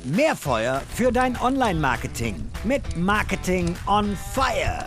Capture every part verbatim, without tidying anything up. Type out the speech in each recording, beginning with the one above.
Mehr Feuer für dein Online-Marketing mit Marketing on Fire.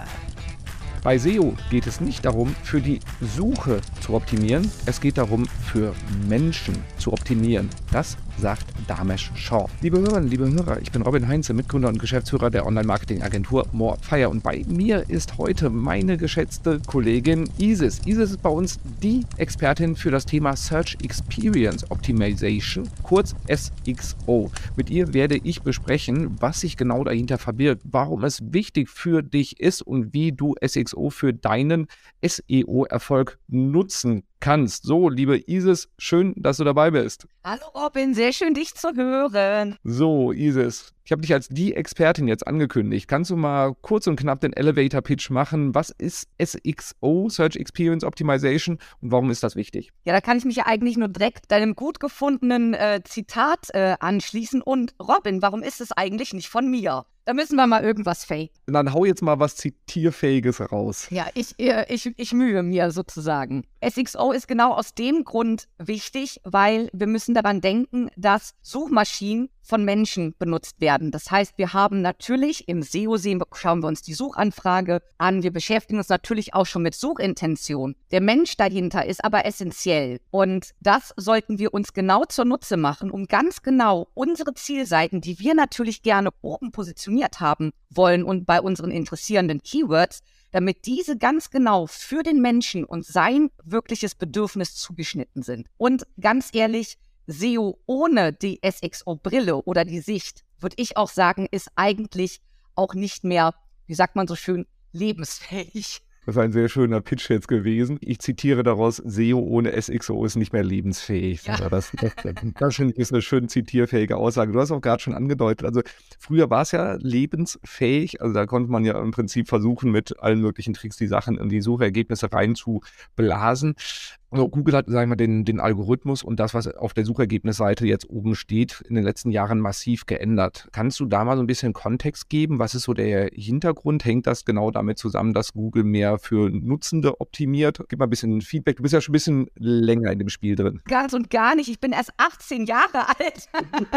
Bei S E O geht es nicht darum, für die Suche zu optimieren. Es geht darum, für Menschen zu optimieren. Das sagt Dharmesh Shah. Liebe Hörerinnen, liebe Hörer, ich bin Robin Heinze, Mitgründer und Geschäftsführer der Online-Marketing-Agentur More on Fire. Und bei mir ist heute meine geschätzte Kollegin Isis. Isis ist bei uns die Expertin für das Thema Search Experience Optimization, kurz S X O. Mit ihr werde ich besprechen, was sich genau dahinter verbirgt, warum es wichtig für dich ist und wie du S X O für deinen S E O-Erfolg nutzen kannst. So, liebe Isis, schön, dass du dabei bist. Hallo Robin, sehr schön, dich zu hören. So, Isis, ich habe dich als die Expertin jetzt angekündigt. Kannst du mal kurz und knapp den Elevator-Pitch machen? Was ist S X O, Search Experience Optimization, und warum ist das wichtig? Ja, da kann ich mich ja eigentlich nur direkt deinem gut gefundenen äh, Zitat äh, anschließen. Und Robin, warum ist es eigentlich nicht von mir? Da müssen wir mal irgendwas faken. Dann hau jetzt mal was Zitierfähiges raus. Ja, ich, äh, ich, ich mühe mir sozusagen. S X O ist genau aus dem Grund wichtig, weil wir müssen daran denken, dass Suchmaschinen von Menschen benutzt werden. Das heißt, wir haben natürlich im S E O sehen, schauen wir uns die Suchanfrage an. Wir beschäftigen uns natürlich auch schon mit Suchintention. Der Mensch dahinter ist aber essentiell. Und das sollten wir uns genau zunutze machen, um ganz genau unsere Zielseiten, die wir natürlich gerne oben positioniert haben wollen und bei unseren interessierenden Keywords, damit diese ganz genau für den Menschen und sein wirkliches Bedürfnis zugeschnitten sind. Und ganz ehrlich, S E O ohne die S X O-Brille oder die Sicht, würde ich auch sagen, ist eigentlich auch nicht mehr, wie sagt man so schön, lebensfähig. Das ist ein sehr schöner Pitch jetzt gewesen. Ich zitiere daraus, S E O ohne S X O ist nicht mehr lebensfähig. Ja. Das, das, das finde ich ist eine schön zitierfähige Aussage. Du hast auch gerade schon angedeutet, also früher war es ja lebensfähig, also da konnte man ja im Prinzip versuchen, mit allen möglichen Tricks die Sachen in die Suchergebnisse reinzublasen. Also Google hat, sagen wir, den, den Algorithmus und das, was auf der Suchergebnisseite jetzt oben steht, in den letzten Jahren massiv geändert. Kannst du da mal so ein bisschen Kontext geben? Was ist so der Hintergrund? Hängt das genau damit zusammen, dass Google mehr für Nutzende optimiert? Gib mal ein bisschen Feedback. Du bist ja schon ein bisschen länger in dem Spiel drin. Ganz und gar nicht. Ich bin erst achtzehn Jahre alt.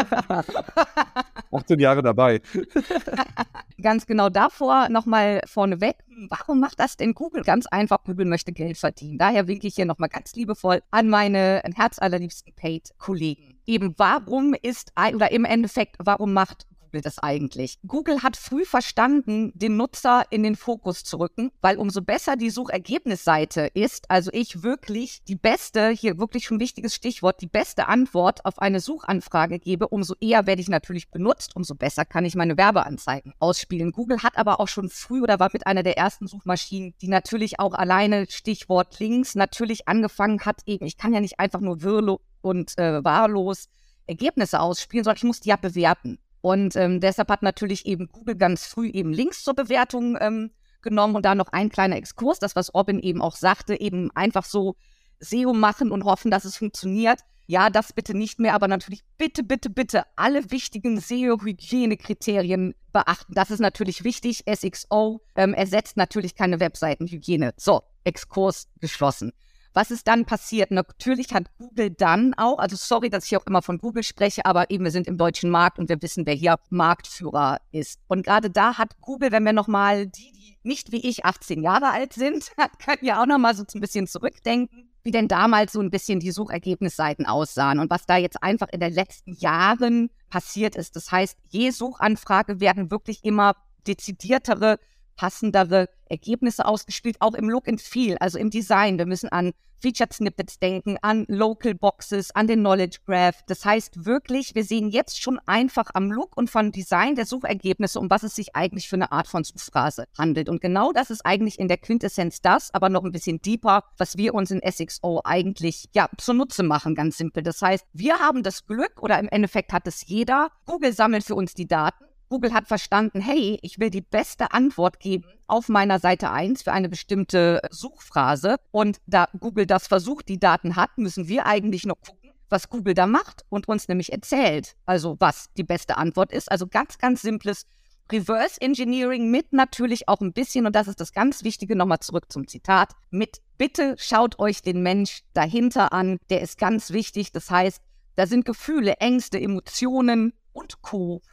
achtzehn Jahre dabei. Ganz genau davor nochmal vorneweg. Warum macht das denn Google? Ganz einfach, Google möchte Geld verdienen. Daher winke ich hier nochmal ganz liebevoll an meine herzallerliebsten Paid-Kollegen. Eben warum ist, oder im Endeffekt, warum macht Google das eigentlich? Google hat früh verstanden, den Nutzer in den Fokus zu rücken, weil umso besser die Suchergebnisseite ist, also ich wirklich die beste, hier wirklich schon ein wichtiges Stichwort, die beste Antwort auf eine Suchanfrage gebe, umso eher werde ich natürlich benutzt, umso besser kann ich meine Werbeanzeigen ausspielen. Google hat aber auch schon früh oder war mit einer der ersten Suchmaschinen, die natürlich auch alleine, Stichwort Links, natürlich angefangen hat, eben, ich kann ja nicht einfach nur wirrlo und äh, wahllos Ergebnisse ausspielen, sondern ich muss die ja bewerten. Und ähm, deshalb hat natürlich eben Google ganz früh eben Links zur Bewertung ähm, genommen und da noch ein kleiner Exkurs, das was Robin eben auch sagte, eben einfach so S E O machen und hoffen, dass es funktioniert. Ja, das bitte nicht mehr, aber natürlich bitte, bitte, bitte alle wichtigen S E O-Hygienekriterien beachten. Das ist natürlich wichtig. S X O ähm, ersetzt natürlich keine Webseitenhygiene. So, Exkurs geschlossen. Was ist dann passiert? Natürlich hat Google dann auch, also sorry, dass ich hier auch immer von Google spreche, aber eben wir sind im deutschen Markt und wir wissen, wer hier Marktführer ist. Und gerade da hat Google, wenn wir nochmal die, die nicht wie ich achtzehn Jahre alt sind, können ja auch nochmal so ein bisschen zurückdenken, wie denn damals so ein bisschen die Suchergebnisseiten aussahen und was da jetzt einfach in den letzten Jahren passiert ist. Das heißt, je Suchanfrage werden wirklich immer dezidiertere, passendere Ergebnisse ausgespielt, auch im Look and Feel, also im Design. Wir müssen an Featured Snippets denken, an Local Boxes, an den Knowledge Graph. Das heißt wirklich, wir sehen jetzt schon einfach am Look und vom Design der Suchergebnisse, um was es sich eigentlich für eine Art von Suchphrase handelt. Und genau das ist eigentlich in der Quintessenz das, aber noch ein bisschen deeper, was wir uns in S X O eigentlich ja zunutze machen, ganz simpel. Das heißt, wir haben das Glück, oder im Endeffekt hat es jeder, Google sammelt für uns die Daten. Google hat verstanden, hey, ich will die beste Antwort geben auf meiner Seite eins für eine bestimmte Suchphrase. Und da Google das versucht, die Daten hat, müssen wir eigentlich noch gucken, was Google da macht und uns nämlich erzählt. Also was die beste Antwort ist. Also ganz, ganz simples Reverse Engineering mit natürlich auch ein bisschen, und das ist das ganz Wichtige, nochmal zurück zum Zitat, mit bitte schaut euch den Mensch dahinter an, der ist ganz wichtig. Das heißt, da sind Gefühle, Ängste, Emotionen und und Co.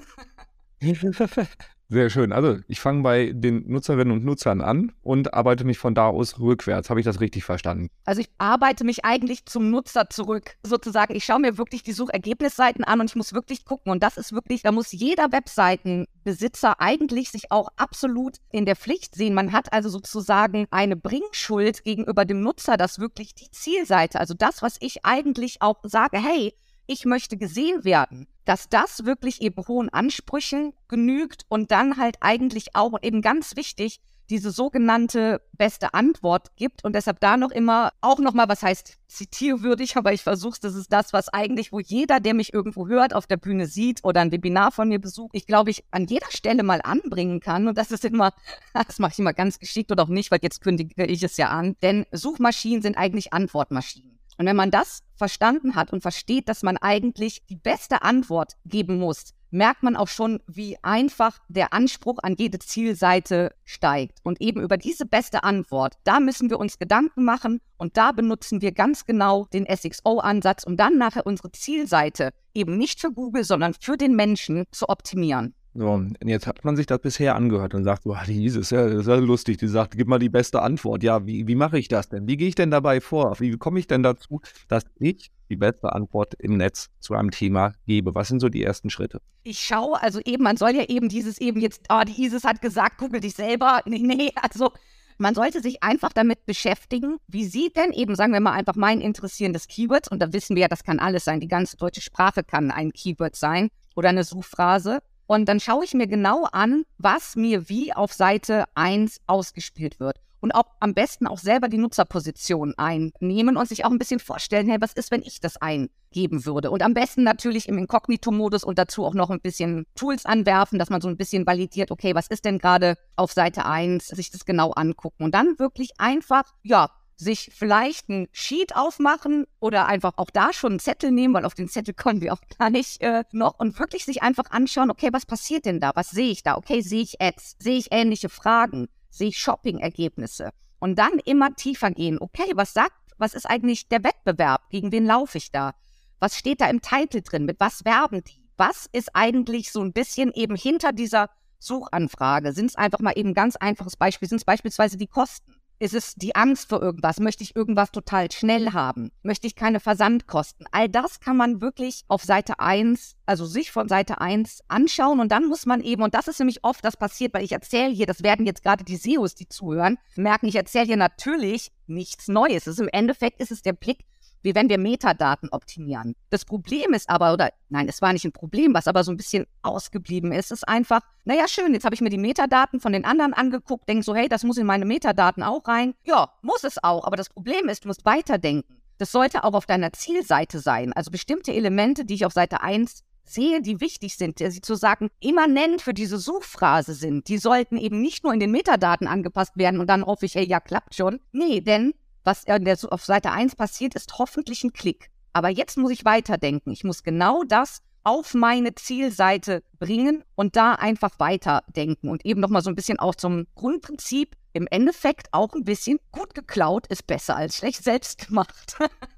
Sehr schön. Also ich fange bei den Nutzerinnen und Nutzern an und arbeite mich von da aus rückwärts. Habe ich das richtig verstanden? Also ich arbeite mich eigentlich zum Nutzer zurück, sozusagen. Ich schaue mir wirklich die Suchergebnisseiten an und ich muss wirklich gucken. Und das ist wirklich, da muss jeder Webseitenbesitzer eigentlich sich auch absolut in der Pflicht sehen. Man hat also sozusagen eine Bringschuld gegenüber dem Nutzer, dass wirklich die Zielseite, also das, was ich eigentlich auch sage, hey, ich möchte gesehen werden, dass das wirklich eben hohen Ansprüchen genügt und dann halt eigentlich auch eben ganz wichtig diese sogenannte beste Antwort gibt und deshalb da noch immer auch nochmal, was heißt zitierwürdig, aber ich versuche es, das ist das, was eigentlich, wo jeder, der mich irgendwo hört, auf der Bühne sieht oder ein Webinar von mir besucht, ich glaube, ich an jeder Stelle mal anbringen kann und das ist immer, das mache ich immer ganz geschickt oder auch nicht, weil jetzt kündige ich es ja an, denn Suchmaschinen sind eigentlich Antwortmaschinen. Und wenn man das verstanden hat und versteht, dass man eigentlich die beste Antwort geben muss, merkt man auch schon, wie einfach der Anspruch an jede Zielseite steigt. Und eben über diese beste Antwort, da müssen wir uns Gedanken machen und da benutzen wir ganz genau den S X O-Ansatz, um dann nachher unsere Zielseite eben nicht für Google, sondern für den Menschen zu optimieren. So, und jetzt hat man sich das bisher angehört und sagt, boah, die hieß es, ja, das ist ja lustig, die sagt, gib mal die beste Antwort. Ja, wie, wie mache ich das denn? Wie gehe ich denn dabei vor? Wie komme ich denn dazu, dass ich die beste Antwort im Netz zu einem Thema gebe? Was sind so die ersten Schritte? Ich schaue, also eben, man soll ja eben dieses eben jetzt, oh, die Isis hat gesagt, google dich selber. Nee, nee, also man sollte sich einfach damit beschäftigen, wie sieht denn eben, sagen wir mal, einfach mein interessierendes Keyword, und da wissen wir ja, das kann alles sein, die ganze deutsche Sprache kann ein Keyword sein oder eine Suchphrase. Und dann schaue ich mir genau an, was mir wie auf Seite eins ausgespielt wird. Und auch am besten auch selber die Nutzerposition einnehmen und sich auch ein bisschen vorstellen, hey, was ist, wenn ich das eingeben würde? Und am besten natürlich im Inkognito-Modus und dazu auch noch ein bisschen Tools anwerfen, dass man so ein bisschen validiert, okay, was ist denn gerade auf Seite eins, sich das genau angucken. Und dann wirklich einfach, ja, sich vielleicht ein Sheet aufmachen oder einfach auch da schon einen Zettel nehmen, weil auf den Zettel kommen wir auch gleich äh, noch und wirklich sich einfach anschauen, okay, was passiert denn da? Was sehe ich da? Okay, sehe ich Ads? Sehe ich ähnliche Fragen? Sehe ich Shopping-Ergebnisse? Und dann immer tiefer gehen. Okay, was sagt, was ist eigentlich der Wettbewerb? Gegen wen laufe ich da? Was steht da im Titel drin? Mit was werben die? Was ist eigentlich so ein bisschen eben hinter dieser Suchanfrage? Sind es einfach mal eben ein ganz einfaches Beispiel? Sind es beispielsweise die Kosten? Ist es die Angst vor irgendwas? Möchte ich irgendwas total schnell haben? Möchte ich keine Versandkosten? All das kann man wirklich auf Seite eins, also sich von Seite eins anschauen und dann muss man eben, und das ist nämlich oft das passiert, weil ich erzähle hier, das werden jetzt gerade die S E Os, die zuhören, merken, ich erzähle hier natürlich nichts Neues. Es ist, im Endeffekt ist es der Blick, wie wenn wir Metadaten optimieren. Das Problem ist aber, oder nein, es war nicht ein Problem, was aber so ein bisschen ausgeblieben ist, ist einfach, naja, schön, jetzt habe ich mir die Metadaten von den anderen angeguckt, denke so, hey, das muss in meine Metadaten auch rein. Ja, muss es auch, aber das Problem ist, du musst weiterdenken. Das sollte auch auf deiner Zielseite sein. Also bestimmte Elemente, die ich auf Seite eins sehe, die wichtig sind, die zu sagen, immanent für diese Suchphrase sind, die sollten eben nicht nur in den Metadaten angepasst werden und dann hoffe ich, hey, ja, klappt schon. Nee, denn was in der, auf Seite eins passiert, ist hoffentlich ein Klick. Aber jetzt muss ich weiterdenken. Ich muss genau das auf meine Zielseite bringen und da einfach weiterdenken. Und eben nochmal so ein bisschen auch zum Grundprinzip, im Endeffekt auch ein bisschen gut geklaut ist besser als schlecht selbst gemacht.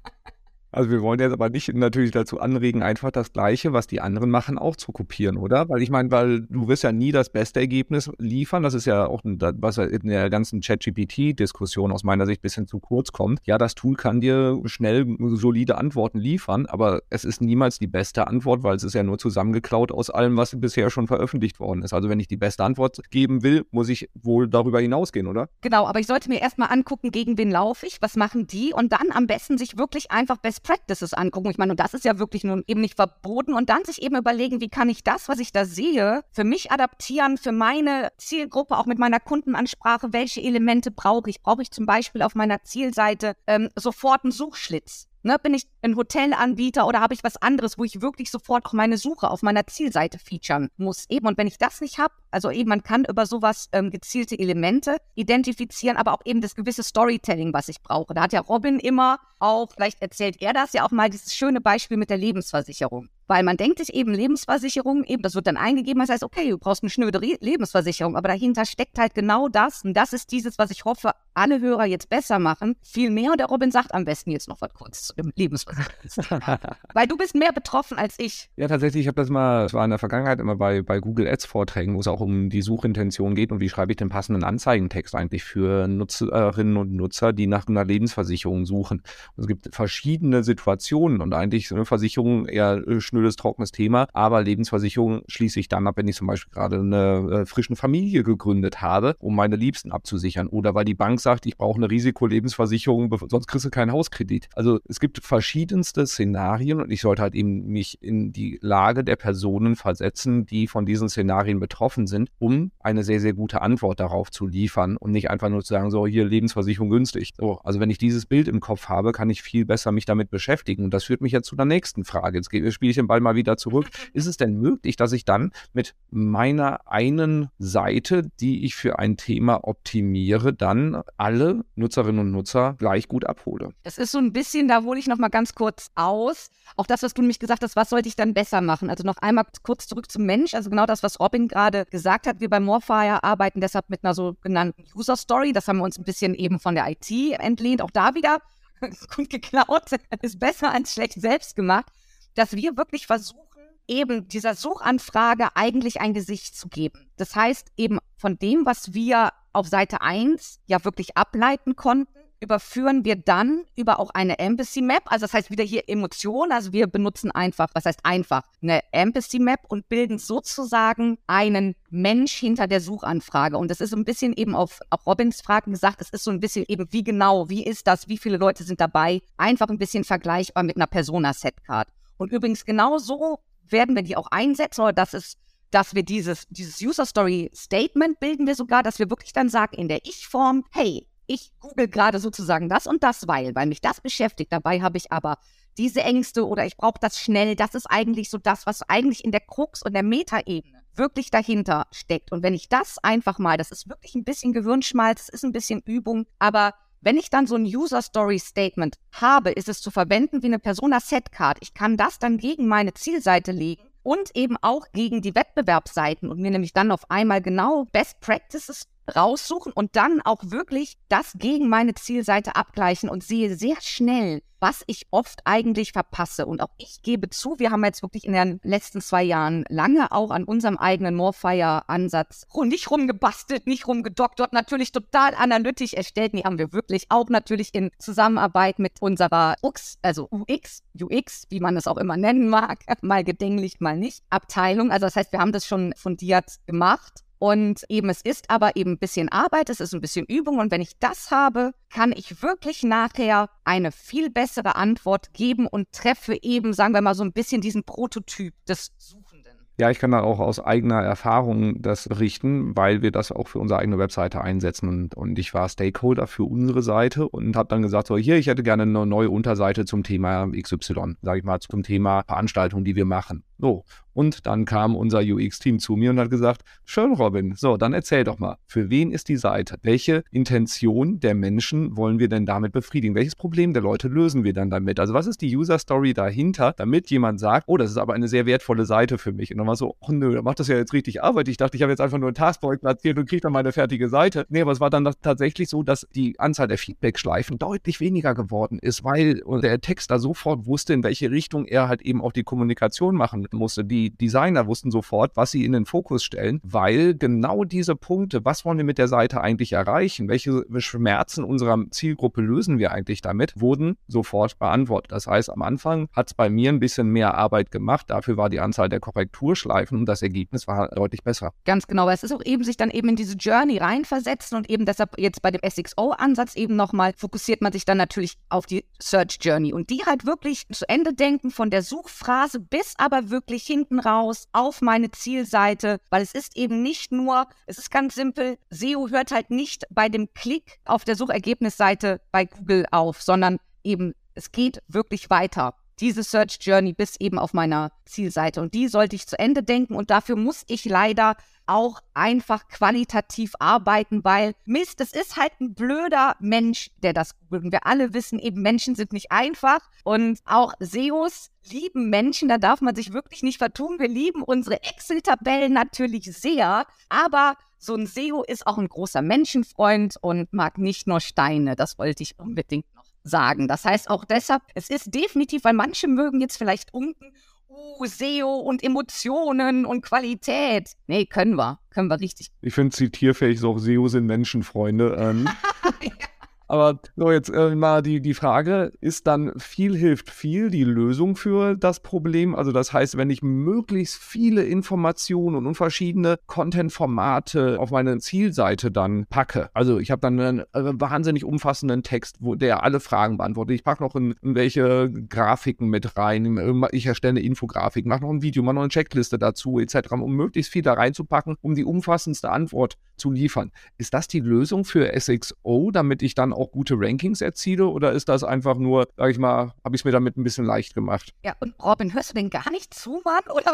Also wir wollen jetzt aber nicht natürlich dazu anregen, einfach das Gleiche, was die anderen machen, auch zu kopieren, oder? Weil ich meine, weil du wirst ja nie das beste Ergebnis liefern. Das ist ja auch, was in der ganzen ChatGPT-Diskussion aus meiner Sicht ein bisschen zu kurz kommt. Ja, das Tool kann dir schnell solide Antworten liefern, aber es ist niemals die beste Antwort, weil es ist ja nur zusammengeklaut aus allem, was bisher schon veröffentlicht worden ist. Also wenn ich die beste Antwort geben will, muss ich wohl darüber hinausgehen, oder? Genau, aber ich sollte mir erstmal angucken, gegen wen laufe ich, was machen die und dann am besten sich wirklich einfach Best Practices angucken. Ich meine, und das ist ja wirklich nun eben nicht verboten und dann sich eben überlegen, wie kann ich das, was ich da sehe, für mich adaptieren, für meine Zielgruppe, auch mit meiner Kundenansprache, welche Elemente brauche ich? Brauche ich zum Beispiel auf meiner Zielseite ähm, sofort einen Suchschlitz? Ne, bin ich ein Hotelanbieter oder habe ich was anderes, wo ich wirklich sofort auch meine Suche auf meiner Zielseite featuren muss? Eben, und wenn ich das nicht habe, also eben, man kann über sowas ähm, gezielte Elemente identifizieren, aber auch eben das gewisse Storytelling, was ich brauche. Da hat ja Robin immer auch, vielleicht erzählt er das ja auch mal, dieses schöne Beispiel mit der Lebensversicherung. Weil man denkt sich eben, Lebensversicherung, eben, das wird dann eingegeben, das heißt, okay, du brauchst eine schnöde Re- Lebensversicherung, aber dahinter steckt halt genau das und das ist dieses, was ich hoffe, alle Hörer jetzt besser machen, viel mehr. Und der Robin sagt am besten jetzt noch was kurz zu dem Lebensversicherungsthema. Weil du bist mehr betroffen als ich. Ja, tatsächlich, ich habe das mal, das war in der Vergangenheit immer bei, bei Google Ads Vorträgen, wo es auch um die Suchintention geht und wie schreibe ich den passenden Anzeigentext eigentlich für Nutzerinnen und Nutzer, die nach einer Lebensversicherung suchen. Und es gibt verschiedene Situationen und eigentlich ist eine Versicherung eher ein schnödes, trockenes Thema, aber Lebensversicherung schließe ich dann ab, wenn ich zum Beispiel gerade eine äh, frische Familie gegründet habe, um meine Liebsten abzusichern oder weil die Bank sagt, ich brauche eine Risikolebensversicherung, sonst kriegst du keinen Hauskredit. Also es gibt verschiedenste Szenarien und ich sollte halt eben mich in die Lage der Personen versetzen, die von diesen Szenarien betroffen sind, um eine sehr, sehr gute Antwort darauf zu liefern und nicht einfach nur zu sagen, so hier Lebensversicherung günstig. So, also wenn ich dieses Bild im Kopf habe, kann ich viel besser mich damit beschäftigen und das führt mich jetzt zu der nächsten Frage. Jetzt spiele ich den Ball mal wieder zurück. Ist es denn möglich, dass ich dann mit meiner einen Seite, die ich für ein Thema optimiere, dann alle Nutzerinnen und Nutzer gleich gut abhole? Das ist so ein bisschen, da hole ich noch mal ganz kurz aus. Auch das, was du nämlich gesagt hast, was sollte ich dann besser machen? Also noch einmal kurz zurück zum Mensch. Also genau das, was Robin gerade gesagt hat. Wir bei Morfire arbeiten deshalb mit einer sogenannten User Story. Das haben wir uns ein bisschen eben von der I T entlehnt. Auch da wieder gut geklaut. Ist besser als schlecht selbst gemacht. Dass wir wirklich versuchen, eben dieser Suchanfrage eigentlich ein Gesicht zu geben. Das heißt eben von dem, was wir auf Seite eins ja wirklich ableiten konnten, überführen wir dann über auch eine Empathy Map, also das heißt wieder hier Emotion, also wir benutzen einfach, was heißt einfach, eine Empathy Map und bilden sozusagen einen Mensch hinter der Suchanfrage und das ist so ein bisschen eben auf, auf Robins Fragen gesagt, es ist so ein bisschen eben wie genau, wie ist das, wie viele Leute sind dabei, einfach ein bisschen vergleichbar mit einer Persona-Setcard. Und übrigens genau so werden wir die auch einsetzen, oder das ist dass wir dieses, dieses User-Story-Statement bilden wir sogar, dass wir wirklich dann sagen in der Ich-Form, hey, ich google gerade sozusagen das und das, weil, weil mich das beschäftigt. Dabei habe ich aber diese Ängste oder ich brauche das schnell. Das ist eigentlich so das, was eigentlich in der Krux und der Metaebene wirklich dahinter steckt. Und wenn ich das einfach mal, das ist wirklich ein bisschen Gehirnschmalz, das ist ein bisschen Übung, aber wenn ich dann so ein User-Story-Statement habe, ist es zu verwenden wie eine Persona-Setcard. Ich kann das dann gegen meine Zielseite legen und eben auch gegen die Wettbewerbsseiten und mir nämlich dann auf einmal genau Best Practices raussuchen und dann auch wirklich das gegen meine Zielseite abgleichen und sehe sehr schnell, was ich oft eigentlich verpasse. Und auch ich gebe zu, wir haben jetzt wirklich in den letzten zwei Jahren lange auch an unserem eigenen Morfire-Ansatz nicht rumgebastelt, nicht rumgedoktert, natürlich total analytisch erstellt. Die haben wir wirklich auch natürlich in Zusammenarbeit mit unserer U X, also U X, U X, wie man es auch immer nennen mag, mal gedänglich, mal nicht, Abteilung. Also das heißt, wir haben das schon fundiert gemacht. Und eben, es ist aber eben ein bisschen Arbeit, es ist ein bisschen Übung. Und wenn ich das habe, kann ich wirklich nachher eine viel bessere Antwort geben und treffe eben, sagen wir mal, so ein bisschen diesen Prototyp des Suchenden. Ja, ich kann da auch aus eigener Erfahrung das berichten, weil wir das auch für unsere eigene Webseite einsetzen. Und, und ich war Stakeholder für unsere Seite und habe dann gesagt, so hier, ich hätte gerne eine neue Unterseite zum Thema X Y, sage ich mal, zum Thema Veranstaltungen, die wir machen. So, und dann kam unser U X-Team zu mir und hat gesagt, schön Robin, so, dann erzähl doch mal, für wen ist die Seite? Welche Intention der Menschen wollen wir denn damit befriedigen? Welches Problem der Leute lösen wir dann damit? Also was ist die User-Story dahinter, damit jemand sagt, oh, das ist aber eine sehr wertvolle Seite für mich. Und dann war so, oh nö, da macht das ja jetzt richtig Arbeit. Ich dachte, ich habe jetzt einfach nur ein Taskprojekt platziert und kriege dann meine fertige Seite. Nee, aber es war dann tatsächlich so, dass die Anzahl der Feedback-Schleifen deutlich weniger geworden ist, weil der Text da sofort wusste, in welche Richtung er halt eben auch die Kommunikation machen musste. Die Designer wussten sofort, was sie in den Fokus stellen, weil genau diese Punkte, was wollen wir mit der Seite eigentlich erreichen, welche Schmerzen unserer Zielgruppe lösen wir eigentlich damit, wurden sofort beantwortet. Das heißt, am Anfang hat es bei mir ein bisschen mehr Arbeit gemacht, dafür war die Anzahl der Korrekturschleifen und das Ergebnis war deutlich besser. Ganz genau, weil es ist auch eben sich dann eben in diese Journey reinversetzen und eben deshalb jetzt bei dem S X O-Ansatz eben nochmal fokussiert man sich dann natürlich auf die Search Journey und die halt wirklich zu Ende denken von der Suchphrase bis aber wirklich hinten raus auf meine Zielseite, weil es ist eben nicht nur, es ist ganz simpel, S E O hört halt nicht bei dem Klick auf der Suchergebnisseite bei Google auf, sondern eben es geht wirklich weiter. diese Search Journey bis eben auf meiner Zielseite. Und die sollte ich zu Ende denken. Und dafür muss ich leider auch einfach qualitativ arbeiten, weil Mist, es ist halt ein blöder Mensch, der das googelt. Und wir alle wissen eben, Menschen sind nicht einfach und auch S E Os lieben Menschen, da darf man sich wirklich nicht vertun. Wir lieben unsere Excel-Tabellen natürlich sehr, aber so ein S E O ist auch ein großer Menschenfreund und mag nicht nur Steine. Das wollte ich unbedingt noch sagen. Das heißt auch deshalb, es ist definitiv, weil manche mögen jetzt vielleicht unten Uh, S E O und Emotionen und Qualität. Nee, können wir. Können wir richtig. Ich finde zitierfähig so, S E O sind Menschenfreunde. Ähm. Ja. Aber so jetzt äh, mal die, die Frage, ist dann viel hilft viel die Lösung für das Problem? Also das heißt, wenn ich möglichst viele Informationen und verschiedene Content-Formate auf meine Zielseite dann packe, also ich habe dann einen äh, wahnsinnig umfassenden Text, wo der alle Fragen beantwortet. Ich packe noch in, in welche Grafiken mit rein, ich erstelle eine Infografik, mache noch ein Video, mache noch eine Checkliste dazu et cetera, um möglichst viel da reinzupacken, um die umfassendste Antwort zu liefern. Ist das die Lösung für S X O, damit ich dann auch auch gute Rankings erziele oder ist das einfach nur, sag ich mal, habe ich es mir damit ein bisschen leicht gemacht? Ja, und Robin, hörst du denn gar nicht zu, Mann? Oder?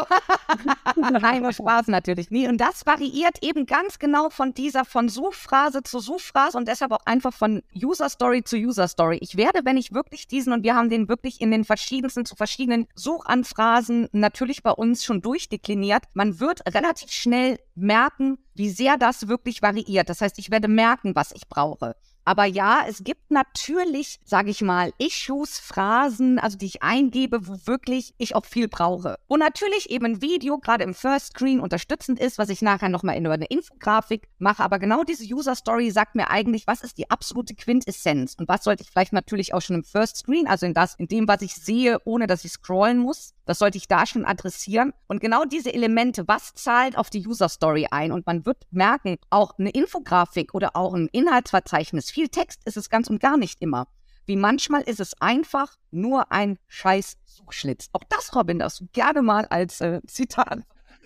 Nein, nur Spaß natürlich. Nee, und das variiert eben ganz genau von dieser, von Suchphrase zu Suchphrase und deshalb auch einfach von User Story zu User Story. Ich werde, wenn ich wirklich diesen, und wir haben den wirklich in den verschiedensten, zu verschiedenen Suchanphrasen natürlich bei uns schon durchdekliniert, man wird relativ schnell merken, wie sehr das wirklich variiert. Das heißt, ich werde merken, was ich brauche. Aber ja, es gibt natürlich, sage ich mal, Issues, Phrasen, also die ich eingebe, wo wirklich ich auch viel brauche. Wo natürlich eben ein Video gerade im First Screen unterstützend ist, was ich nachher nochmal in eine Infografik mache. Aber genau diese User Story sagt mir eigentlich, was ist die absolute Quintessenz und was sollte ich vielleicht natürlich auch schon im First Screen, also in das, in dem, was ich sehe, ohne dass ich scrollen muss. Das sollte ich da schon adressieren. Und genau diese Elemente, was zahlt auf die User Story ein? Und man wird merken, auch eine Infografik oder auch ein Inhaltsverzeichnis, viel Text ist es ganz und gar nicht immer. Wie manchmal ist es einfach nur ein scheiß Suchschlitz. Auch das, Robin, darfst du gerne mal als äh, Zitat.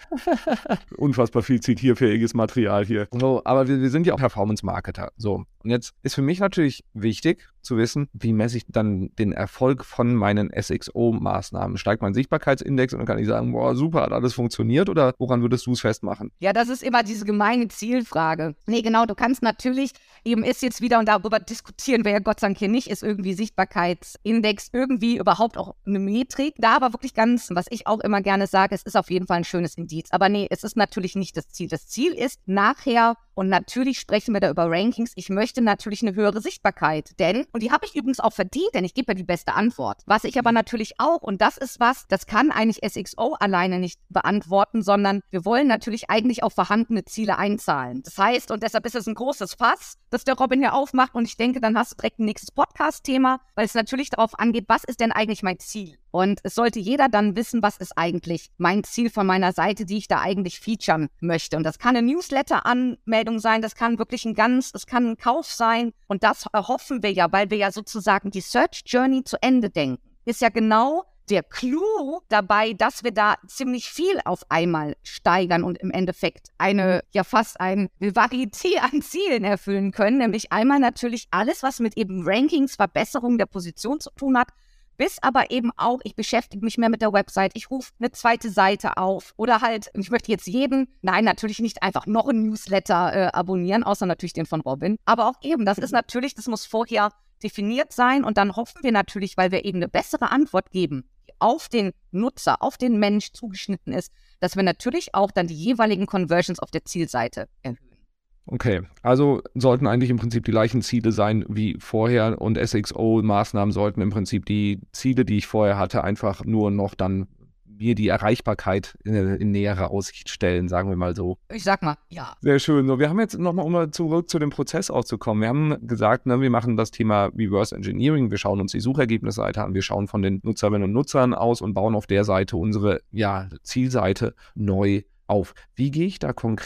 Unfassbar viel zitierfähiges Material hier. So, aber wir, wir sind ja auch Performance-Marketer. So, und jetzt ist für mich natürlich wichtig zu wissen, wie messe ich dann den Erfolg von meinen S X O-Maßnahmen? Steigt mein Sichtbarkeitsindex und dann kann ich sagen, boah, super, hat alles funktioniert oder woran würdest du es festmachen? Ja, das ist immer diese gemeine Zielfrage. Nee, genau, du kannst natürlich, eben ist jetzt wieder, und darüber diskutieren wir ja Gott sei Dank hier nicht, ist irgendwie Sichtbarkeitsindex irgendwie überhaupt auch eine Metrik. Da aber wirklich ganz, was ich auch immer gerne sage, es ist auf jeden Fall ein schönes Indiz. Aber nee, es ist natürlich nicht das Ziel. Das Ziel ist nachher, und natürlich sprechen wir da über Rankings, ich möchte natürlich eine höhere Sichtbarkeit, denn, und die habe ich übrigens auch verdient, denn ich gebe ja die beste Antwort. Was ich aber natürlich auch, und das ist was, das kann eigentlich S X O alleine nicht beantworten, sondern wir wollen natürlich eigentlich auf vorhandene Ziele einzahlen. Das heißt, und deshalb ist es ein großes Fass, das der Robin hier aufmacht, und ich denke, dann hast du direkt ein nächstes Podcast-Thema, weil es natürlich darauf angeht, was ist denn eigentlich mein Ziel? Und es sollte jeder dann wissen, was ist eigentlich mein Ziel von meiner Seite, die ich da eigentlich featuren möchte. Und das kann eine Newsletter-Anmeldung sein, das kann wirklich ein ganz, es kann ein Kauf sein. Und das erhoffen wir ja, weil wir ja sozusagen die Search Journey zu Ende denken. Ist ja genau der Clou dabei, dass wir da ziemlich viel auf einmal steigern und im Endeffekt eine, ja fast eine Varieté an Zielen erfüllen können. Nämlich einmal natürlich alles, was mit eben Rankings, Verbesserung der Position zu tun hat, bis aber eben auch, ich beschäftige mich mehr mit der Website, ich rufe eine zweite Seite auf oder halt, ich möchte jetzt jeden, nein, natürlich nicht einfach noch ein Newsletter äh, abonnieren, außer natürlich den von Robin, aber auch eben, das ist natürlich, das muss vorher definiert sein und dann hoffen wir natürlich, weil wir eben eine bessere Antwort geben, die auf den Nutzer, auf den Mensch zugeschnitten ist, dass wir natürlich auch dann die jeweiligen Conversions auf der Zielseite erhöhen. Okay, also sollten eigentlich im Prinzip die gleichen Ziele sein wie vorher und S X O-Maßnahmen sollten im Prinzip die Ziele, die ich vorher hatte, einfach nur noch dann mir die Erreichbarkeit in, in nähere Aussicht stellen, sagen wir mal so. Ich sag mal, ja. Sehr schön. So, wir haben jetzt nochmal, um mal zurück zu dem Prozess auch zu kommen. Wir haben gesagt, ne, wir machen das Thema Reverse Engineering, wir schauen uns die Suchergebnisseite an, wir schauen von den Nutzerinnen und Nutzern aus und bauen auf der Seite unsere ja, Zielseite neu auf. Wie gehe ich da konkret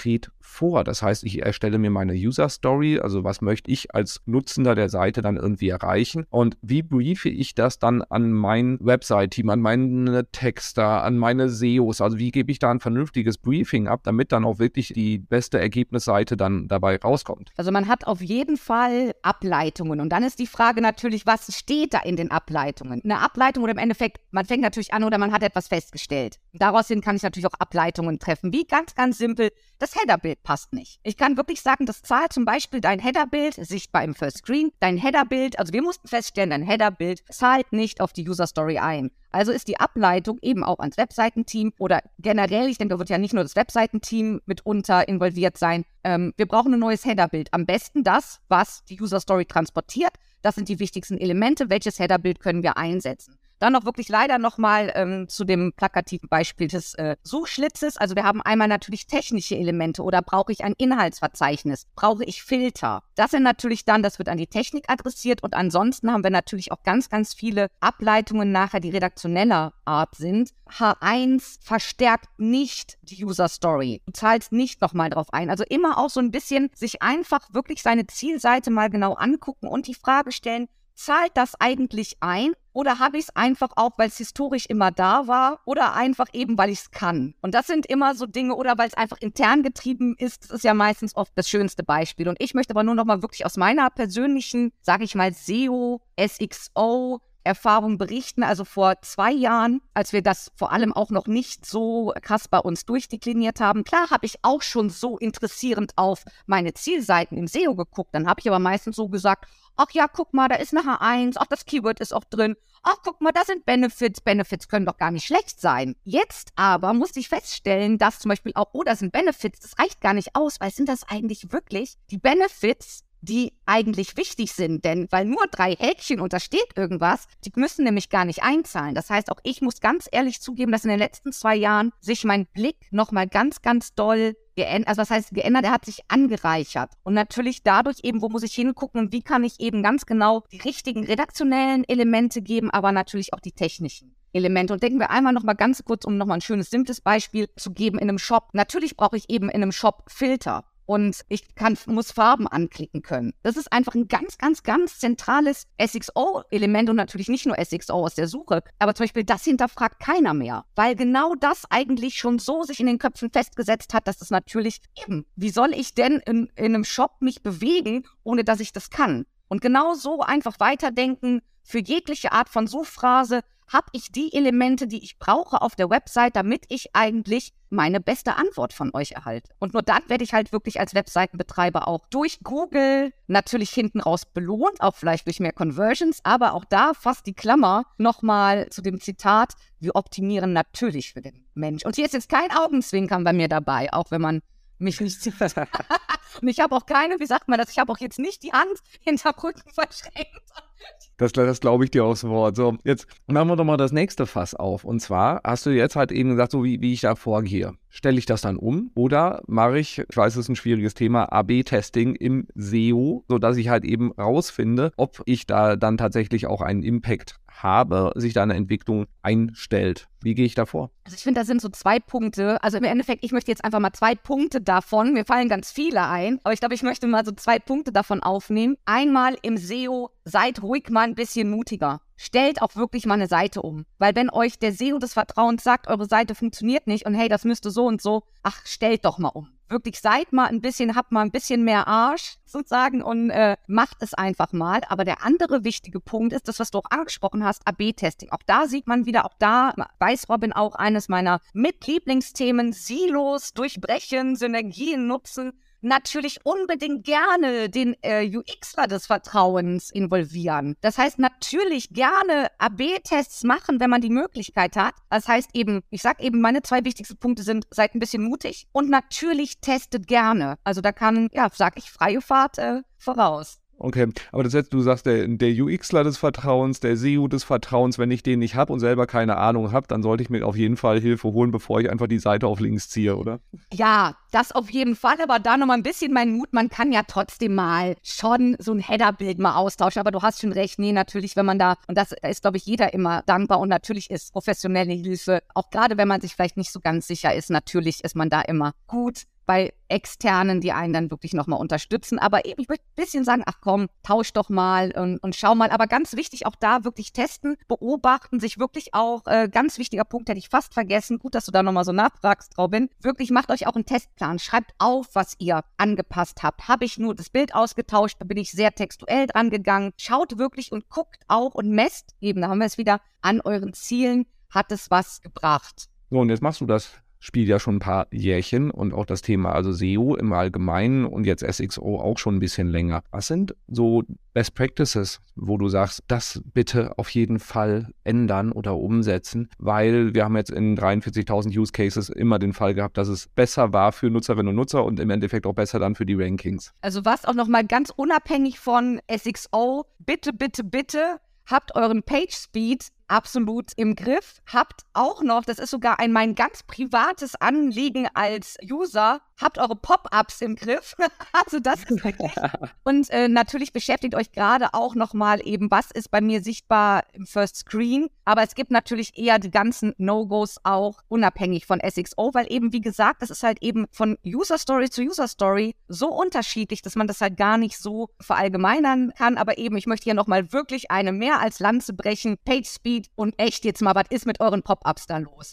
vor. Das heißt, ich erstelle mir meine User Story, also was möchte ich als Nutzender der Seite dann irgendwie erreichen und wie briefe ich das dann an mein Website-Team, an meine Texter, an meine S E Os, also wie gebe ich da ein vernünftiges Briefing ab, damit dann auch wirklich die beste Ergebnisseite dann dabei rauskommt. Also man hat auf jeden Fall Ableitungen und dann ist die Frage natürlich, was steht da in den Ableitungen? Eine Ableitung oder im Endeffekt, man fängt natürlich an oder man hat etwas festgestellt. Daraus hin kann ich natürlich auch Ableitungen treffen. Wie ganz, ganz simpel, das Headerbild passt nicht. Ich kann wirklich sagen, das zahlt zum Beispiel dein Headerbild, sichtbar im First Screen, dein Headerbild, also wir mussten feststellen, dein Headerbild zahlt nicht auf die User Story ein. Also ist die Ableitung eben auch ans Webseitenteam oder generell, ich denke, da wird ja nicht nur das Webseitenteam mitunter involviert sein. Ähm, wir brauchen ein neues Headerbild. Am besten das, was die User Story transportiert. Das sind die wichtigsten Elemente. Welches Headerbild können wir einsetzen? Dann noch wirklich leider nochmal ähm, zu dem plakativen Beispiel des äh, Suchschlitzes. Also wir haben einmal natürlich technische Elemente oder brauche ich ein Inhaltsverzeichnis? Brauche ich Filter? Das sind natürlich dann, das wird an die Technik adressiert und ansonsten haben wir natürlich auch ganz, ganz viele Ableitungen nachher, die redaktioneller Art sind. H eins verstärkt nicht die User Story. Du zahlst nicht nochmal drauf ein. Also immer auch so ein bisschen sich einfach wirklich seine Zielseite mal genau angucken und die Frage stellen, zahlt das eigentlich ein oder habe ich es einfach auch, weil es historisch immer da war oder einfach eben, weil ich es kann? Und das sind immer so Dinge oder weil es einfach intern getrieben ist. Das ist ja meistens oft das schönste Beispiel. Und ich möchte aber nur noch mal wirklich aus meiner persönlichen, sage ich mal, S E O, S X O, Erfahrung berichten. Also vor zwei Jahren, als wir das vor allem auch noch nicht so krass bei uns durchdekliniert haben. Klar habe ich auch schon so interessierend auf meine Zielseiten im S E O geguckt. Dann habe ich aber meistens so gesagt, ach ja, guck mal, da ist eine H eins, ach, das Keyword ist auch drin. Ach, guck mal, da sind Benefits. Benefits können doch gar nicht schlecht sein. Jetzt aber musste ich feststellen, dass zum Beispiel auch, oh, da sind Benefits, das reicht gar nicht aus, weil sind das eigentlich wirklich die Benefits, die eigentlich wichtig sind, denn weil nur drei Häkchen und da steht irgendwas, die müssen nämlich gar nicht einzahlen. Das heißt, auch ich muss ganz ehrlich zugeben, dass in den letzten zwei Jahren sich mein Blick nochmal ganz, ganz doll geändert, also was heißt geändert, er hat sich angereichert. Und natürlich dadurch eben, wo muss ich hingucken und wie kann ich eben ganz genau die richtigen redaktionellen Elemente geben, aber natürlich auch die technischen Elemente. Und denken wir einmal nochmal ganz kurz, um nochmal ein schönes, simples Beispiel zu geben in einem Shop. Natürlich brauche ich eben in einem Shop Filter. Und ich kann, muss Farben anklicken können. Das ist einfach ein ganz, ganz, ganz zentrales S X O-Element und natürlich nicht nur S X O aus der Suche, aber zum Beispiel das hinterfragt keiner mehr, weil genau das eigentlich schon so sich in den Köpfen festgesetzt hat, dass das natürlich eben, wie soll ich denn in, in einem Shop mich bewegen, ohne dass ich das kann? Und genau so einfach weiterdenken, für jegliche Art von Suchphrase habe ich die Elemente, die ich brauche auf der Website, damit ich eigentlich meine beste Antwort von euch erhalte. Und nur dann werde ich halt wirklich als Webseitenbetreiber auch durch Google natürlich hinten raus belohnt, auch vielleicht durch mehr Conversions, aber auch da fast die Klammer nochmal zu dem Zitat, wir optimieren natürlich für den Mensch. Und hier ist jetzt kein Augenzwinkern bei mir dabei, auch wenn man mich nicht sieht. Und ich habe auch keine, wie sagt man das, ich habe auch jetzt nicht die Hand hinter Rücken verschränkt. Das, das glaube ich dir aufs Wort. So, jetzt machen wir doch mal das nächste Fass auf. Und zwar hast du jetzt halt eben gesagt, so wie, wie ich da vorgehe. Stelle ich das dann um oder mache ich, ich weiß, es ist ein schwieriges Thema, A B Testing im S E O, sodass ich halt eben rausfinde, ob ich da dann tatsächlich auch einen Impact habe, sich da eine Entwicklung einstellt. Wie gehe ich da vor? Also ich finde, da sind so zwei Punkte. Also im Endeffekt, ich möchte jetzt einfach mal zwei Punkte davon, mir fallen ganz viele ein, aber ich glaube, ich möchte mal so zwei Punkte davon aufnehmen. Einmal im S E O, seid ruhig mal ein bisschen mutiger. Stellt auch wirklich mal eine Seite um. Weil wenn euch der S E O des Vertrauens sagt, eure Seite funktioniert nicht und hey, das müsste so und so, ach, stellt doch mal um. Wirklich seid mal ein bisschen, habt mal ein bisschen mehr Arsch sozusagen und äh, macht es einfach mal. Aber der andere wichtige Punkt ist, das, was du auch angesprochen hast, A B Testing. Auch da sieht man wieder, auch da weiß Robin auch eines meiner Mitlieblingsthemen, Silos durchbrechen, Synergien nutzen. Natürlich unbedingt gerne den äh, UXler des Vertrauens involvieren. Das heißt, natürlich gerne A B Tests machen, wenn man die Möglichkeit hat. Das heißt eben, ich sag eben, meine zwei wichtigsten Punkte sind, seid ein bisschen mutig und natürlich testet gerne. Also da kann, ja, sag ich, freie Fahrt äh, voraus. Okay, aber das heißt, du sagst, der, der UXler des Vertrauens, der S E O des Vertrauens, wenn ich den nicht habe und selber keine Ahnung habe, dann sollte ich mir auf jeden Fall Hilfe holen, bevor ich einfach die Seite auf links ziehe, oder? Ja, das auf jeden Fall, aber da nochmal ein bisschen mein Mut, man kann ja trotzdem mal schon so ein Headerbild mal austauschen, aber du hast schon recht, nee, natürlich, wenn man da, und das da ist, glaube ich, jeder immer dankbar und natürlich ist professionelle Hilfe, auch gerade wenn man sich vielleicht nicht so ganz sicher ist, natürlich ist man da immer gut bei Externen, die einen dann wirklich nochmal unterstützen. Aber eben, ich möchte ein bisschen sagen, ach komm, tausch doch mal und, und schau mal. Aber ganz wichtig, auch da wirklich testen, beobachten, sich wirklich auch, äh, ganz wichtiger Punkt, hätte ich fast vergessen. Gut, dass du da nochmal so nachfragst, Robin. Wirklich, macht euch auch einen Testplan. Schreibt auf, was ihr angepasst habt. Habe ich nur das Bild ausgetauscht, da bin ich sehr textuell dran gegangen. Schaut wirklich und guckt auch und messt eben, da haben wir es wieder, an euren Zielen. Hat es was gebracht? So, und jetzt machst du das Spiel ja schon ein paar Jährchen und auch das Thema also S E O im Allgemeinen und jetzt S X O auch schon ein bisschen länger. Was sind so Best Practices, wo du sagst, das bitte auf jeden Fall ändern oder umsetzen, weil wir haben jetzt in dreiundvierzigtausend Use Cases immer den Fall gehabt, dass es besser war für Nutzerinnen und Nutzer und im Endeffekt auch besser dann für die Rankings. Also was auch nochmal ganz unabhängig von S X O, bitte, bitte, bitte, habt euren Page Speed absolut im Griff. Habt auch noch, das ist sogar ein mein ganz privates Anliegen als User, habt eure Pop-ups im Griff. Also das ist wirklich. Und äh, natürlich beschäftigt euch gerade auch nochmal eben, was ist bei mir sichtbar im First Screen. Aber es gibt natürlich eher die ganzen No-Gos auch unabhängig von S X O, weil eben, wie gesagt, das ist halt eben von User-Story zu User-Story so unterschiedlich, dass man das halt gar nicht so verallgemeinern kann. Aber eben, ich möchte hier nochmal wirklich eine mehr als Lanze brechen. Page Speed und echt jetzt mal, was ist mit euren Pop-ups da los?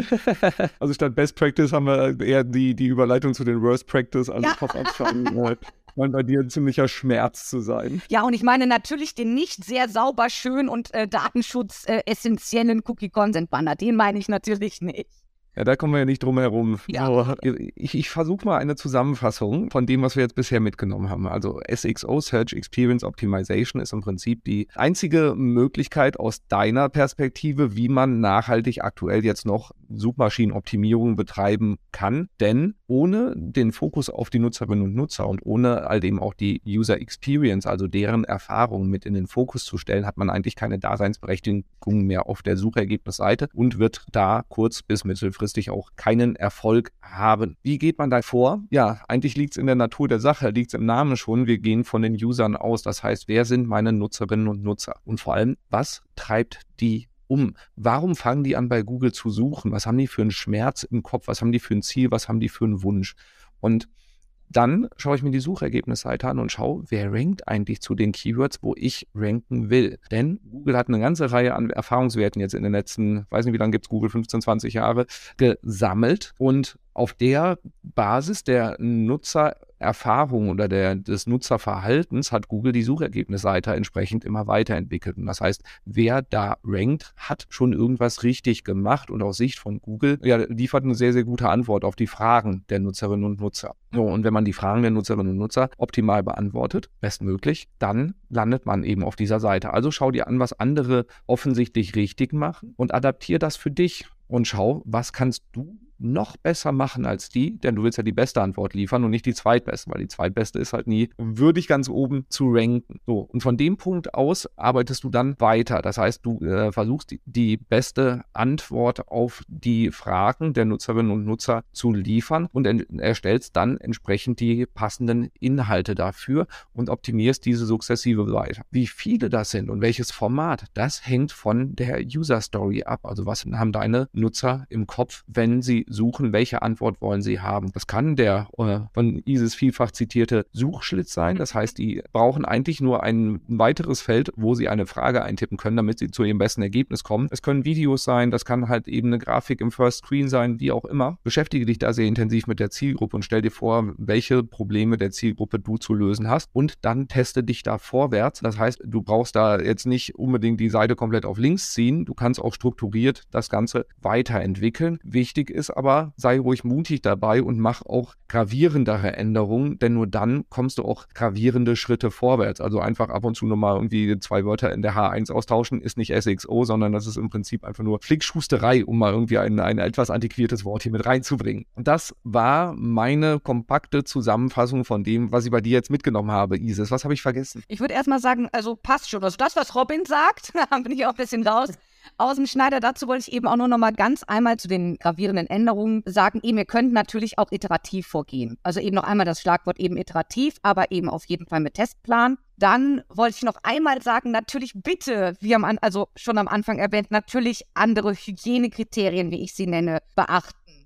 Also statt Best Practice haben wir eher die, die Überleitung zu den Worst Practice, also ja. Pop-ups scheinen bei dir ein ziemlicher Schmerz zu sein. Ja, und ich meine natürlich den nicht sehr sauber, schön und äh, Datenschutz äh, essentiellen Cookie-Consent-Banner, den meine ich natürlich nicht. Ja, da kommen wir ja nicht drum herum. Ja. So, ich ich versuche mal eine Zusammenfassung von dem, was wir jetzt bisher mitgenommen haben. Also S X O, Search Experience Optimization, ist im Prinzip die einzige Möglichkeit aus deiner Perspektive, wie man nachhaltig aktuell jetzt noch Suchmaschinenoptimierung betreiben kann. Denn ohne den Fokus auf die Nutzerinnen und Nutzer und ohne halt eben auch die User Experience, also deren Erfahrungen mit in den Fokus zu stellen, hat man eigentlich keine Daseinsberechtigung mehr auf der Suchergebnisseite und wird da kurz- bis mittelfristig auch keinen Erfolg haben. Wie geht man da vor? Ja, eigentlich liegt es in der Natur der Sache, liegt es im Namen schon. Wir gehen von den Usern aus. Das heißt, wer sind meine Nutzerinnen und Nutzer? Und vor allem, was treibt die um? Warum fangen die an, bei Google zu suchen? Was haben die für einen Schmerz im Kopf? Was haben die für ein Ziel? Was haben die für einen Wunsch? Und dann schaue ich mir die Suchergebnisseite an und schaue, wer rankt eigentlich zu den Keywords, wo ich ranken will. Denn Google hat eine ganze Reihe an Erfahrungswerten jetzt in den letzten, weiß nicht wie lange gibt es Google, fünfzehn, zwanzig Jahre, gesammelt. Und auf der Basis der Nutzererfahrung oder der, des Nutzerverhaltens hat Google die Suchergebnisseite entsprechend immer weiterentwickelt. Und das heißt, wer da rankt, hat schon irgendwas richtig gemacht und aus Sicht von Google ja, liefert eine sehr, sehr gute Antwort auf die Fragen der Nutzerinnen und Nutzer. So, und wenn man die Fragen der Nutzerinnen und Nutzer optimal beantwortet, bestmöglich, dann landet man eben auf dieser Seite. Also schau dir an, was andere offensichtlich richtig machen und adaptier das für dich und schau, was kannst du noch besser machen als die, denn du willst ja die beste Antwort liefern und nicht die zweitbeste, weil die zweitbeste ist halt nie würdig ganz oben zu ranken. So, und von dem Punkt aus arbeitest du dann weiter. Das heißt, du äh, versuchst die, die beste Antwort auf die Fragen der Nutzerinnen und Nutzer zu liefern und en- erstellst dann entsprechend die passenden Inhalte dafür und optimierst diese sukzessive weiter. Wie viele das sind und welches Format, das hängt von der User Story ab. Also was haben deine Nutzer im Kopf, wenn sie suchen, welche Antwort wollen sie haben. Das kann der äh, von Isis vielfach zitierte Suchschlitz sein. Das heißt, die brauchen eigentlich nur ein weiteres Feld, wo sie eine Frage eintippen können, damit sie zu ihrem besten Ergebnis kommen. Es können Videos sein, das kann halt eben eine Grafik im First Screen sein, wie auch immer. Beschäftige dich da sehr intensiv mit der Zielgruppe und stell dir vor, welche Probleme der Zielgruppe du zu lösen hast und dann teste dich da vorwärts. Das heißt, du brauchst da jetzt nicht unbedingt die Seite komplett auf links ziehen. Du kannst auch strukturiert das Ganze weiterentwickeln. Wichtig ist aber, sei ruhig mutig dabei und mach auch gravierendere Änderungen, denn nur dann kommst du auch gravierende Schritte vorwärts. Also einfach ab und zu nochmal irgendwie zwei Wörter in der H eins austauschen, ist nicht S X O, sondern das ist im Prinzip einfach nur Flickschusterei, um mal irgendwie ein, ein etwas antiquiertes Wort hier mit reinzubringen. Und das war meine kompakte Zusammenfassung von dem, was ich bei dir jetzt mitgenommen habe, Isis. Was habe ich vergessen? Ich würde erstmal sagen, also passt schon. Also das, was Robin sagt, da bin ich auch ein bisschen raus aus dem Schneider. Dazu wollte ich eben auch nur noch mal ganz einmal zu den gravierenden Änderungen sagen, eben, ihr könnt natürlich auch iterativ vorgehen. Also eben noch einmal das Schlagwort eben iterativ, aber eben auf jeden Fall mit Testplan. Dann wollte ich noch einmal sagen, natürlich bitte, wie am, also schon am Anfang erwähnt, natürlich andere Hygienekriterien, wie ich sie nenne, beachten.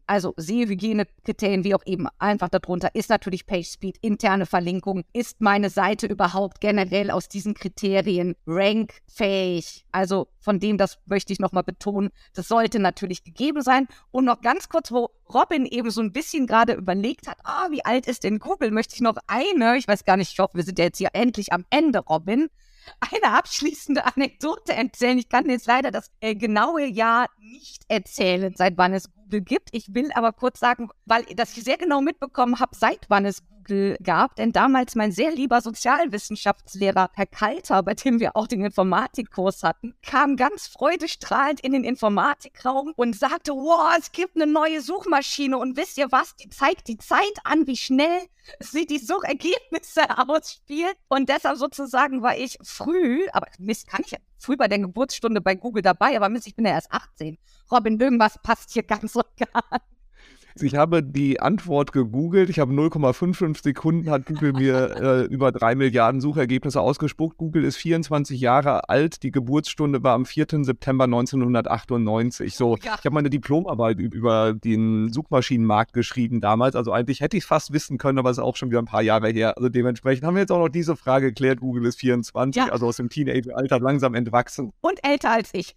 Also S E O-Hygienekriterien, wie auch eben einfach darunter, ist natürlich PageSpeed, interne Verlinkung, ist meine Seite überhaupt generell aus diesen Kriterien rankfähig. Also von dem, das möchte ich nochmal betonen, das sollte natürlich gegeben sein. Und noch ganz kurz, wo Robin eben so ein bisschen gerade überlegt hat, ah, wie alt ist denn Google, möchte ich noch eine, ich weiß gar nicht, ich hoffe, wir sind ja jetzt hier endlich am Ende, Robin, eine abschließende Anekdote erzählen. Ich kann jetzt leider das äh, genaue Jahr nicht erzählen, seit wann es Google gibt. Ich will aber kurz sagen, weil das ich sehr genau mitbekommen habe, seit wann es Google gab. Denn damals mein sehr lieber Sozialwissenschaftslehrer, Herr Kalter, bei dem wir auch den Informatikkurs hatten, kam ganz freudestrahlend in den Informatikraum und sagte, wow, es gibt eine neue Suchmaschine und wisst ihr was, die zeigt die Zeit an, wie schnell sie die Suchergebnisse ausspielt. Und deshalb sozusagen war ich früh, aber Mist, kann ich ja früh bei der Geburtsstunde bei Google dabei, aber Mist, ich bin ja erst achtzehn. Robin, irgendwas passt hier ganz und gar nicht. Ich habe die Antwort gegoogelt. Ich habe null Komma fünfundfünfzig Sekunden, hat Google mir äh, über drei Milliarden Suchergebnisse ausgespuckt. Google ist vierundzwanzig Jahre alt. Die Geburtsstunde war am vierten September neunzehnhundertachtundneunzig. So, ja. Ich habe meine Diplomarbeit über den Suchmaschinenmarkt geschrieben damals. Also eigentlich hätte ich es fast wissen können, aber es ist auch schon wieder ein paar Jahre her. Also dementsprechend haben wir jetzt auch noch diese Frage geklärt. Google ist vierundzwanzig, ja. Also aus dem Teenager-Alter langsam entwachsen. Und älter als ich.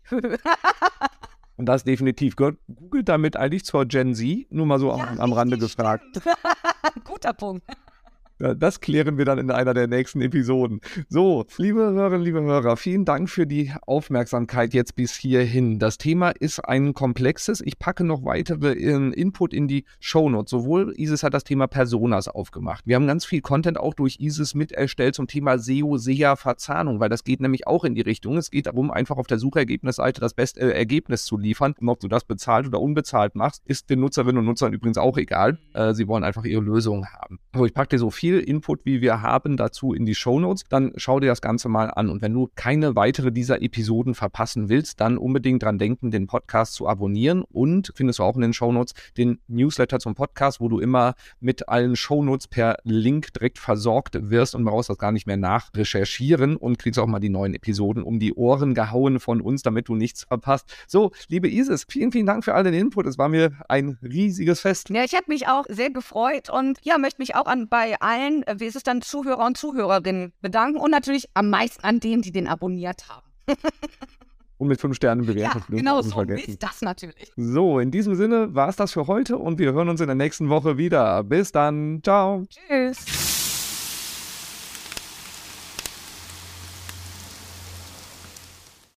Und das definitiv gehört Google damit eigentlich zur Gen Z, nur mal so ja, am, am Rande gefragt. Guter Punkt. Ja, das klären wir dann in einer der nächsten Episoden. So, liebe Hörerinnen, liebe Hörer, vielen Dank für die Aufmerksamkeit jetzt bis hierhin. Das Thema ist ein komplexes. Ich packe noch weitere Input in die Shownotes. Sowohl Isis hat das Thema Personas aufgemacht. Wir haben ganz viel Content auch durch Isis mit erstellt zum Thema S E O, S E A-Verzahnung, weil das geht nämlich auch in die Richtung. Es geht darum, einfach auf der Suchergebnisseite das beste äh, Ergebnis zu liefern. Und ob du das bezahlt oder unbezahlt machst, ist den Nutzerinnen und Nutzern übrigens auch egal. Äh, sie wollen einfach ihre Lösung haben. So, ich packe dir so viel Input, wie wir haben, dazu in die Shownotes, dann schau dir das Ganze mal an. Und wenn du keine weitere dieser Episoden verpassen willst, dann unbedingt dran denken, den Podcast zu abonnieren und, findest du auch in den Shownotes, den Newsletter zum Podcast, wo du immer mit allen Shownotes per Link direkt versorgt wirst und brauchst das gar nicht mehr nachrecherchieren und kriegst auch mal die neuen Episoden um die Ohren gehauen von uns, damit du nichts verpasst. So, liebe Isis, vielen, vielen Dank für all den Input. Es war mir ein riesiges Fest. Ja, ich habe mich auch sehr gefreut und ja, möchte mich auch an bei allen, wie ist es dann, Zuhörer und Zuhörerinnen bedanken und natürlich am meisten an denen, die den abonniert haben. Und mit fünf Sternen bewertet. Ja, genau so ist das natürlich. So, in diesem Sinne war es das für heute und wir hören uns in der nächsten Woche wieder. Bis dann. Ciao. Tschüss.